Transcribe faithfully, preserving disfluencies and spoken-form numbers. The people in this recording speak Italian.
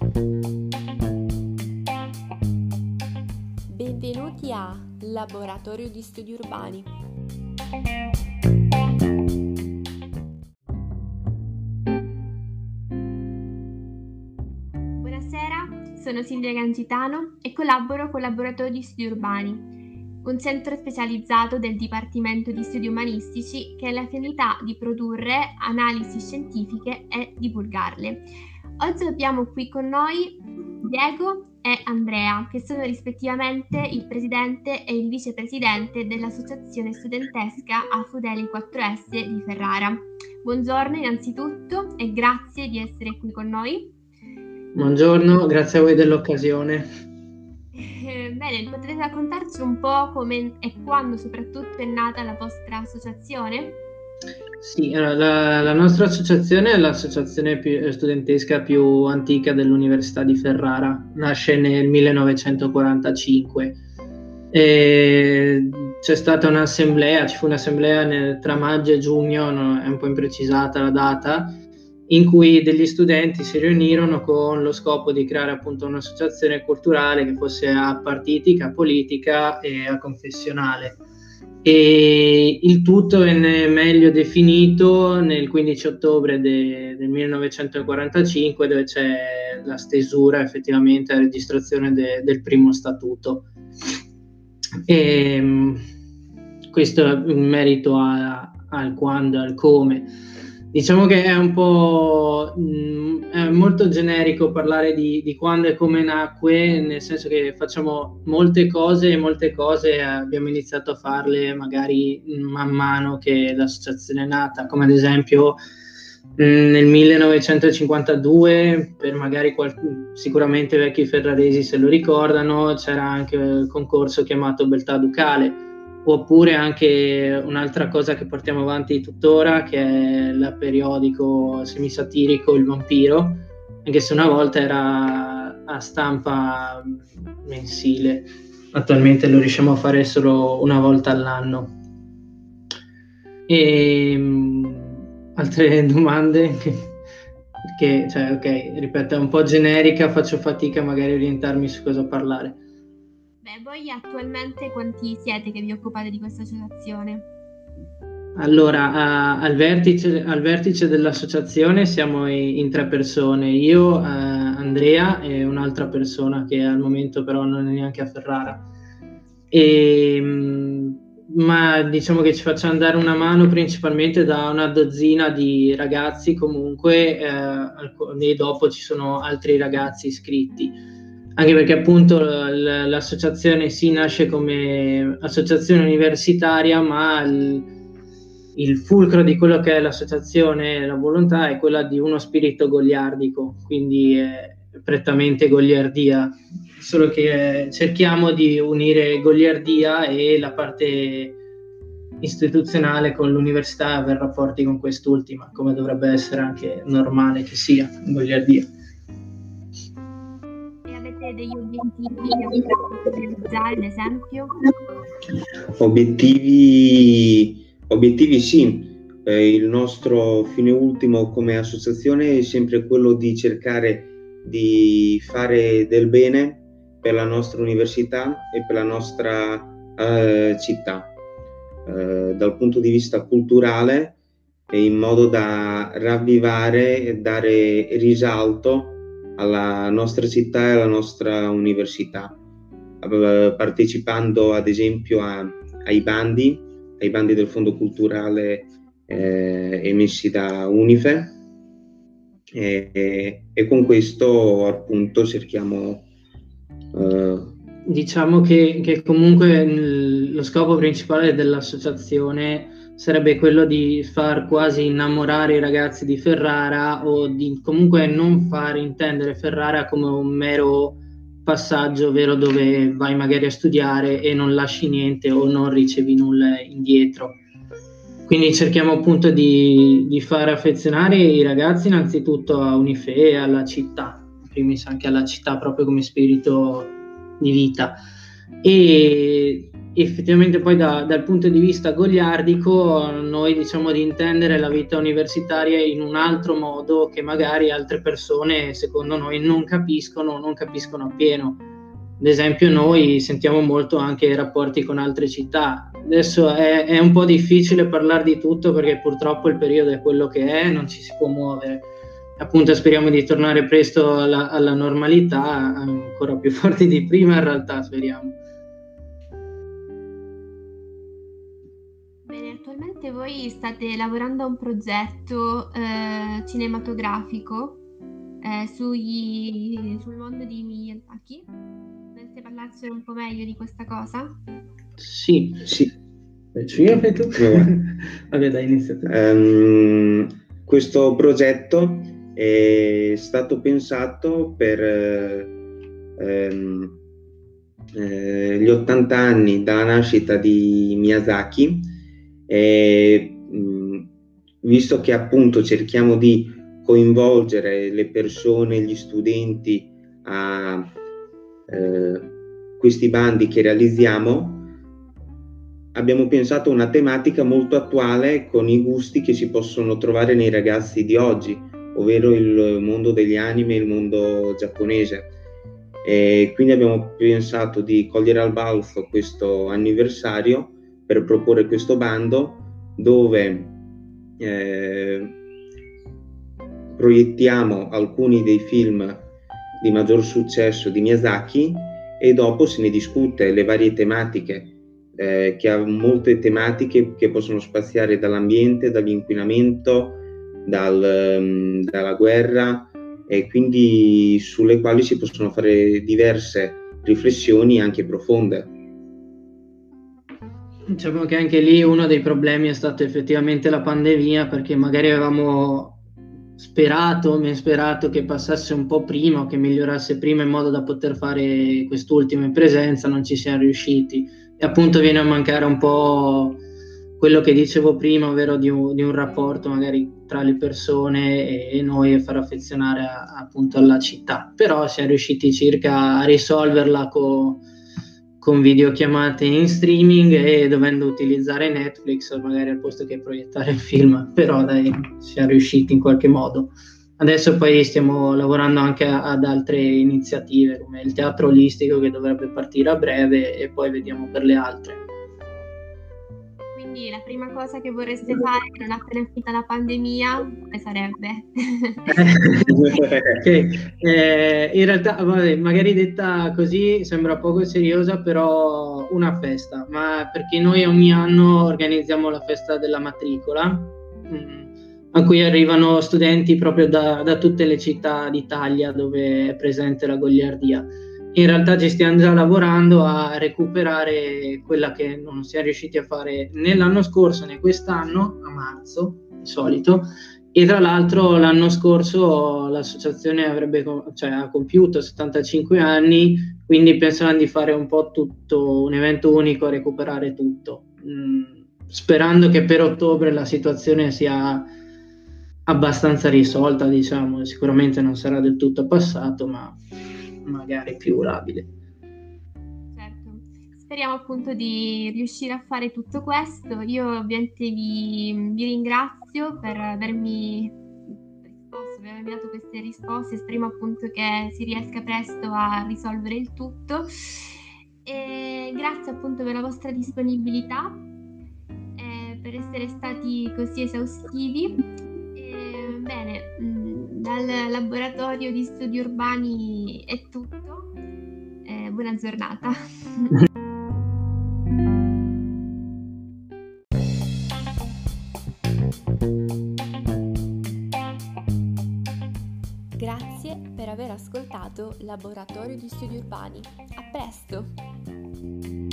Benvenuti a Laboratorio di Studi Urbani. Buonasera, sono Silvia Gangitano e collaboro con Laboratorio di Studi Urbani, un centro specializzato del Dipartimento di Studi Umanistici che ha la finalità di produrre analisi scientifiche e divulgarle. Oggi abbiamo qui con noi Diego e Andrea, che sono rispettivamente il presidente e il vicepresidente dell'associazione studentesca Afudeli quattro S di Ferrara. Buongiorno innanzitutto e grazie di essere qui con noi. Buongiorno, grazie a voi dell'occasione. Eh, bene, potrete raccontarci un po' come e quando soprattutto è nata la vostra associazione? Sì, allora, la, la nostra associazione è l'associazione più, studentesca più antica dell'Università di Ferrara, nasce nel millenovecentoquarantacinque. E c'è stata un'assemblea, ci fu un'assemblea nel, tra maggio e giugno, no, è un po' imprecisata la data, in cui degli studenti si riunirono con lo scopo di creare appunto un'associazione culturale che fosse apartitica, politica e aconfessionale. E il tutto venne meglio definito nel quindici ottobre de, del millenovecentoquarantacinque, dove c'è la stesura, effettivamente, la registrazione de, del primo statuto. E questo in merito a, al quando, al come. Diciamo che è un po' mh, è molto generico parlare di, di quando e come nacque, nel senso che facciamo molte cose e molte cose abbiamo iniziato a farle magari man mano che l'associazione è nata, come ad esempio mh, nel millenovecentocinquantadue, per magari qualcuno, sicuramente i vecchi ferraresi se lo ricordano, c'era anche il concorso chiamato Beltà Ducale. Oppure anche un'altra cosa che portiamo avanti tuttora, che è il periodico semisatirico Il Vampiro, anche se una volta era a stampa mensile, attualmente lo riusciamo a fare solo una volta all'anno. E altre domande? Perché, cioè, ok, ripeto, è un po' generica, faccio fatica magari a orientarmi su cosa parlare. Beh, voi attualmente quanti siete che vi occupate di questa associazione? Allora, a, al, vertice, al vertice dell'associazione siamo in, in tre persone, io, eh, Andrea e un'altra persona che al momento però non è neanche a Ferrara. E, ma diciamo che ci facciamo dare una mano principalmente da una dozzina di ragazzi comunque, eh, e dopo ci sono altri ragazzi iscritti. Anche perché appunto l'associazione si nasce come associazione universitaria, ma il, il fulcro di quello che è l'associazione, la volontà, è quella di uno spirito goliardico, quindi è prettamente goliardia, solo che cerchiamo di unire goliardia e la parte istituzionale con l'università e avere rapporti con quest'ultima, come dovrebbe essere anche normale che sia goliardia. Degli obiettivi che potete realizzare, ad esempio? Obiettivi, obiettivi sì. Eh, il nostro fine ultimo come associazione è sempre quello di cercare di fare del bene per la nostra università e per la nostra eh, città, eh, dal punto di vista culturale, in modo da ravvivare e dare risalto alla nostra città e alla nostra università, partecipando ad esempio a, ai bandi, ai bandi del Fondo Culturale eh, emessi da Unife, e, e, e con questo appunto cerchiamo... Eh... Diciamo che, che comunque lo scopo principale dell'associazione sarebbe quello di far quasi innamorare i ragazzi di Ferrara, o di comunque non far intendere Ferrara come un mero passaggio vero dove vai magari a studiare e non lasci niente o non ricevi nulla indietro. Quindi cerchiamo appunto di, di far affezionare i ragazzi innanzitutto a Unife e alla città, in primis anche alla città proprio come spirito di vita. E effettivamente poi da, dal punto di vista goliardico noi diciamo di intendere la vita universitaria in un altro modo che magari altre persone secondo noi non capiscono, non capiscono appieno. Ad esempio noi sentiamo molto anche i rapporti con altre città. Adesso è, è un po' difficile parlare di tutto perché purtroppo il periodo è quello che è, non ci si può muovere. Appunto speriamo di tornare presto alla, alla normalità, ancora più forti di prima in realtà, speriamo. Bene, attualmente voi state lavorando a un progetto eh, cinematografico eh, sui, sul mondo di Miyazaki. Vorreste parlarci un po' meglio di questa cosa? Sì, Sì. Sì, io fai tu? Vabbè, dai, inizia tu. Um, questo progetto è stato pensato per eh, ehm, eh, gli ottanta anni dalla nascita di Miyazaki, e mh, visto che appunto cerchiamo di coinvolgere le persone, gli studenti a eh, questi bandi che realizziamo, abbiamo pensato a una tematica molto attuale con i gusti che si possono trovare nei ragazzi di oggi, ovvero il mondo degli anime, il mondo giapponese. E quindi abbiamo pensato di cogliere al balzo questo anniversario per proporre questo bando dove eh, proiettiamo alcuni dei film di maggior successo di Miyazaki e dopo se ne discute le varie tematiche. Eh, che ha molte tematiche che possono spaziare dall'ambiente, dall'inquinamento, dal, um, dalla guerra, e quindi sulle quali si possono fare diverse riflessioni anche profonde. Diciamo che anche lì uno dei problemi è stato effettivamente la pandemia, perché magari avevamo sperato, mi sperato che passasse un po' prima o che migliorasse prima in modo da poter fare quest'ultimo in presenza, non ci siamo riusciti. E appunto viene a mancare un po' quello che dicevo prima, ovvero di un, di un rapporto magari tra le persone e, e noi, e far affezionare a, appunto alla città. Però siamo riusciti circa a risolverla co, con videochiamate in streaming e dovendo utilizzare Netflix magari al posto che proiettare il film, però dai, siamo riusciti in qualche modo. Adesso poi stiamo lavorando anche ad altre iniziative come il teatro olistico che dovrebbe partire a breve e poi vediamo per le altre. Quindi la prima cosa che vorreste fare non appena finita la pandemia, quale sarebbe? Okay. Eh, in realtà vabbè, magari detta così sembra poco seriosa, però una festa, ma perché noi ogni anno organizziamo la festa della matricola, mh, a cui arrivano studenti proprio da, da tutte le città d'Italia dove è presente la goliardia. In realtà ci stiamo già lavorando a recuperare quella che non siamo riusciti a fare né l'anno scorso né quest'anno, a marzo di solito, e tra l'altro l'anno scorso l'associazione avrebbe, cioè, ha compiuto settantacinque anni, quindi pensavamo di fare un po' tutto, un evento unico a recuperare tutto, mm, sperando che per ottobre la situazione sia abbastanza risolta, diciamo. Sicuramente non sarà del tutto passato, ma magari più labile. Certo, speriamo appunto di riuscire a fare tutto questo. Io ovviamente vi, vi ringrazio per avermi risposto, per avermi dato queste risposte. Speriamo appunto che si riesca presto a risolvere il tutto. E grazie appunto per la vostra disponibilità, e per essere stati così esaustivi. Bene, dal laboratorio di studi urbani è tutto, eh, buona giornata. Grazie per aver ascoltato Laboratorio di Studi Urbani. A presto!